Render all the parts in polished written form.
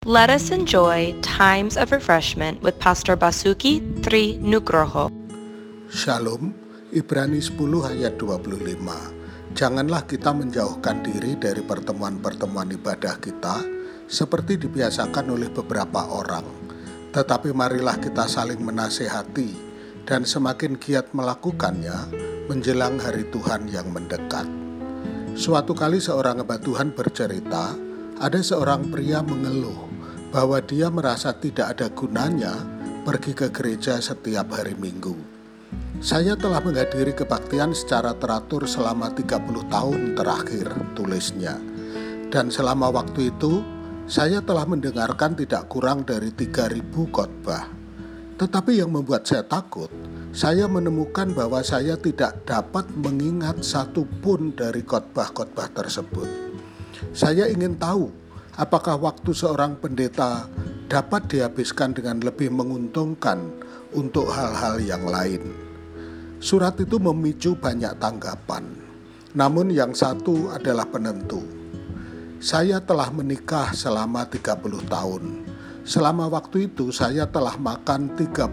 Let us enjoy times of refreshment with Pastor Basuki Tri Nugroho. Shalom, Ibrani 10 ayat 25. Janganlah kita menjauhkan diri dari pertemuan-pertemuan ibadah kita seperti dibiasakan oleh beberapa orang. Tetapi marilah kita saling menasehati dan semakin giat melakukannya menjelang hari Tuhan yang mendekat. Suatu kali seorang hamba Tuhan bercerita, ada seorang pria mengeluh bahwa dia merasa tidak ada gunanya pergi ke gereja setiap hari Minggu. Saya telah menghadiri kebaktian secara teratur selama 30 tahun terakhir, tulisnya. Dan selama waktu itu, saya telah mendengarkan tidak kurang dari 3.000 khotbah. Tetapi yang membuat saya takut, saya menemukan bahwa saya tidak dapat mengingat satu pun dari khotbah-khotbah tersebut. Saya ingin tahu, apakah waktu seorang pendeta dapat dihabiskan dengan lebih menguntungkan untuk hal-hal yang lain. Surat itu memicu banyak tanggapan, namun yang satu adalah penentu. Saya telah menikah selama 30 tahun. Selama waktu itu saya telah makan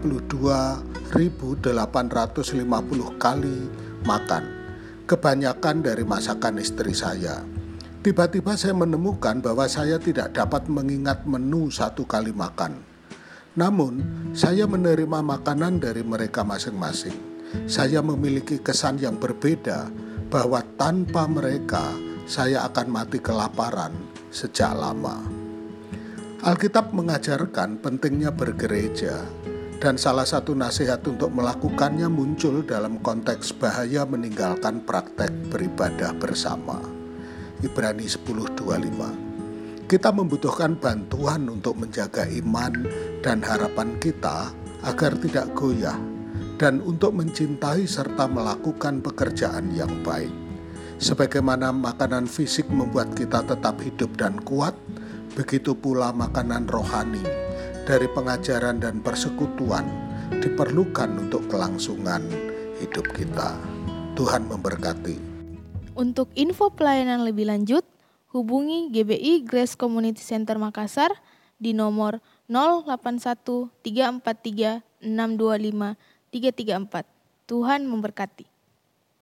32.850 kali makan, kebanyakan dari masakan istri saya. Tiba-tiba saya menemukan bahwa saya tidak dapat mengingat menu satu kali makan. Namun, saya menerima makanan dari mereka masing-masing. Saya memiliki kesan yang berbeda bahwa tanpa mereka, saya akan mati kelaparan sejak lama. Alkitab mengajarkan pentingnya bergereja, dan salah satu nasihat untuk melakukannya muncul dalam konteks bahaya meninggalkan praktek beribadah bersama. Ibrani 10:25. Kita membutuhkan bantuan untuk menjaga iman dan harapan kita agar tidak goyah, dan untuk mencintai serta melakukan pekerjaan yang baik. Sebagaimana makanan fisik membuat kita tetap hidup dan kuat, begitu pula makanan rohani dari pengajaran dan persekutuan diperlukan untuk kelangsungan hidup kita. Tuhan memberkati. Untuk info pelayanan lebih lanjut, hubungi GBI Grace Community Center Makassar di nomor 081 343 625 334. Tuhan memberkati.